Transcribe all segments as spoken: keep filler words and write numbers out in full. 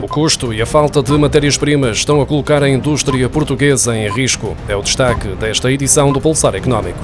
O custo e a falta de matérias-primas estão a colocar a indústria portuguesa em risco. É o destaque desta edição do Pulsar Económico.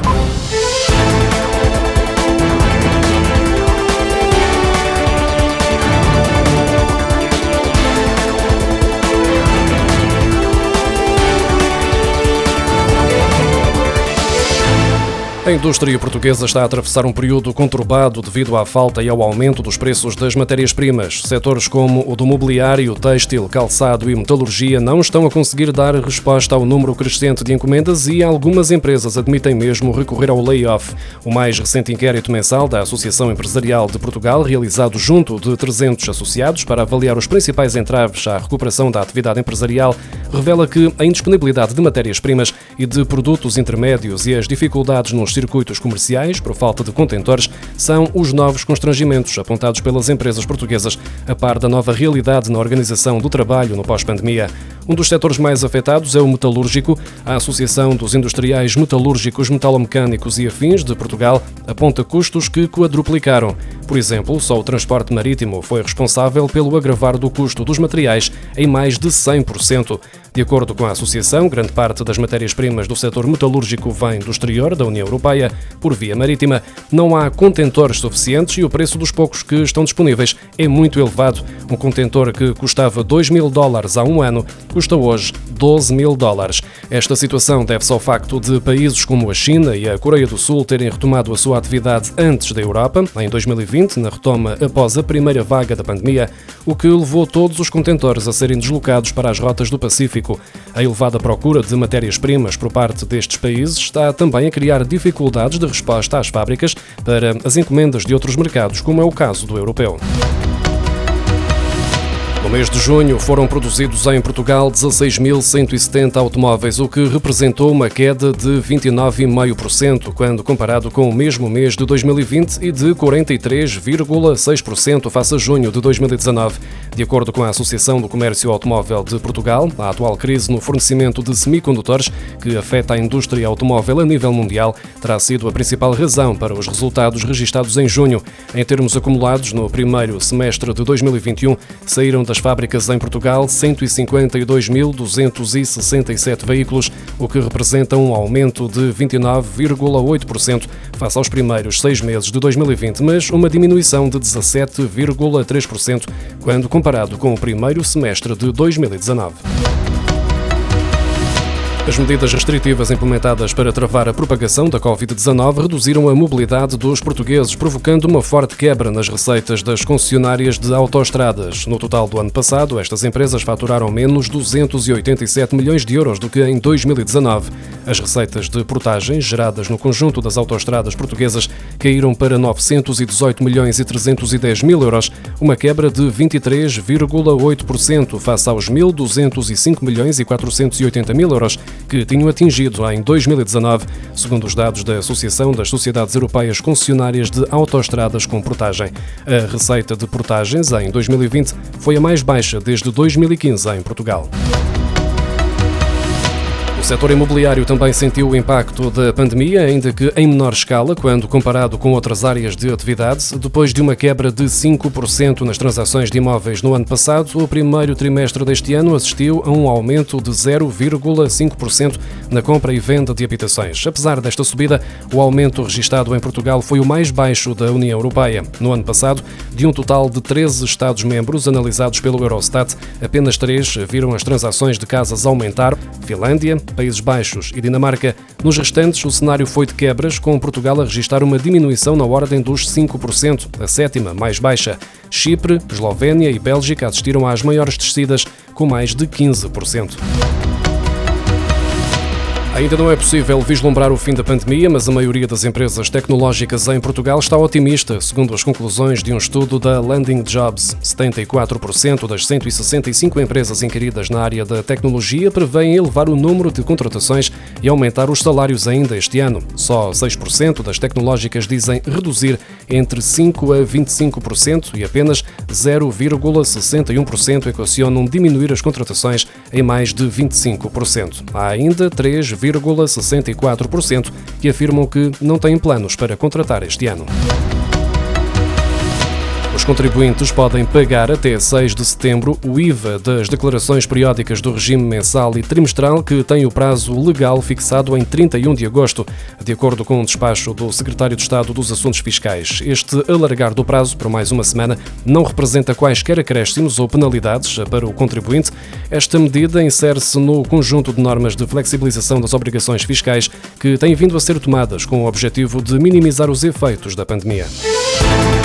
A indústria portuguesa está a atravessar um período conturbado devido à falta e ao aumento dos preços das matérias-primas. Setores como o do mobiliário, têxtil, calçado e metalurgia não estão a conseguir dar resposta ao número crescente de encomendas e algumas empresas admitem mesmo recorrer ao layoff. O mais recente inquérito mensal da Associação Empresarial de Portugal, realizado junto de trezentos associados para avaliar os principais entraves à recuperação da atividade empresarial, revela que a indisponibilidade de matérias-primas e de produtos intermédios e as dificuldades nos circuitos comerciais, por falta de contentores, são os novos constrangimentos apontados pelas empresas portuguesas, a par da nova realidade na organização do trabalho no pós-pandemia. Um dos setores mais afetados é o metalúrgico. A Associação dos Industriais Metalúrgicos, Metalomecânicos e Afins de Portugal aponta custos que quadruplicaram. Por exemplo, só o transporte marítimo foi responsável pelo agravar do custo dos materiais em mais de cem por cento. De acordo com a Associação, grande parte das matérias-primas do setor metalúrgico vem do exterior da União Europeia por via marítima. Não há contentores suficientes e o preço dos poucos que estão disponíveis é muito elevado. Um contentor que custava dois mil dólares há um ano custa hoje doze mil dólares. Esta situação deve-se ao facto de países como a China e a Coreia do Sul terem retomado a sua atividade antes da Europa, em dois mil e vinte, na retoma após a primeira vaga da pandemia, o que levou todos os contentores a serem deslocados para as rotas do Pacífico. A elevada procura de matérias-primas por parte destes países está também a criar dificuldades de resposta às fábricas para as encomendas de outros mercados, como é o caso do europeu. No mês de junho foram produzidos em Portugal dezasseis mil cento e setenta automóveis, o que representou uma queda de vinte e nove vírgula cinco por cento quando comparado com o mesmo mês de dois mil e vinte e de quarenta e três vírgula seis por cento face a junho de dois mil e dezanove. De acordo com a Associação do Comércio Automóvel de Portugal, a atual crise no fornecimento de semicondutores, que afeta a indústria automóvel a nível mundial, terá sido a principal razão para os resultados registados em junho. Em termos acumulados, no primeiro semestre de dois mil e vinte e um, saíram das fábricas em Portugal cento e cinquenta e dois mil duzentos e sessenta e sete veículos, o que representa um aumento de vinte e nove vírgula oito por cento face aos primeiros seis meses de dois mil e vinte, mas uma diminuição de dezassete vírgula três por cento quando comparado com o primeiro semestre de dois mil e dezanove. As medidas restritivas implementadas para travar a propagação da covid dezanove reduziram a mobilidade dos portugueses, provocando uma forte quebra nas receitas das concessionárias de autoestradas. No total do ano passado, estas empresas faturaram menos duzentos e oitenta e sete milhões de euros do que em dois mil e dezanove. As receitas de portagens geradas no conjunto das autoestradas portuguesas caíram para novecentos e dezoito milhões e trezentos e dez mil euros, uma quebra de vinte e três vírgula oito por cento face aos mil duzentos e cinco milhões e quatrocentos e oitenta mil euros que tinham atingido em dois mil e dezanove, segundo os dados da Associação das Sociedades Europeias Concessionárias de Autoestradas com Portagem. A receita de portagens em dois mil e vinte foi a mais baixa desde dois mil e quinze em Portugal. O setor imobiliário também sentiu o impacto da pandemia, ainda que em menor escala, quando comparado com outras áreas de atividade. Depois de uma quebra de cinco por cento nas transações de imóveis no ano passado, o primeiro trimestre deste ano assistiu a um aumento de zero vírgula cinco por cento na compra e venda de habitações. Apesar desta subida, o aumento registado em Portugal foi o mais baixo da União Europeia. No ano passado, de um total de treze Estados-membros analisados pelo Eurostat, apenas três viram as transações de casas aumentar: Finlândia, Países Baixos e Dinamarca. Nos restantes, o cenário foi de quebras, com Portugal a registrar uma diminuição na ordem dos cinco por cento, a sétima mais baixa. Chipre, Eslovénia e Bélgica assistiram às maiores descidas, com mais de quinze por cento. Ainda não é possível vislumbrar o fim da pandemia, mas a maioria das empresas tecnológicas em Portugal está otimista, segundo as conclusões de um estudo da Landing Jobs. setenta e quatro por cento das cento e sessenta e cinco empresas inquiridas na área da tecnologia prevêem elevar o número de contratações e aumentar os salários ainda este ano. Só seis por cento das tecnológicas dizem reduzir entre cinco a vinte e cinco por cento e apenas zero vírgula sessenta e um por cento equacionam diminuir as contratações em mais de vinte e cinco por cento. Há ainda três vírgula sessenta e quatro por cento que afirmam que não têm planos para contratar este ano. Os Os contribuintes podem pagar até seis de setembro o I V A das declarações periódicas do regime mensal e trimestral, que tem o prazo legal fixado em trinta e um de agosto, de acordo com um despacho do Secretário de Estado dos Assuntos Fiscais. Este alargar do prazo por mais uma semana não representa quaisquer acréscimos ou penalidades para o contribuinte. Esta medida insere-se no conjunto de normas de flexibilização das obrigações fiscais que têm vindo a ser tomadas com o objetivo de minimizar os efeitos da pandemia.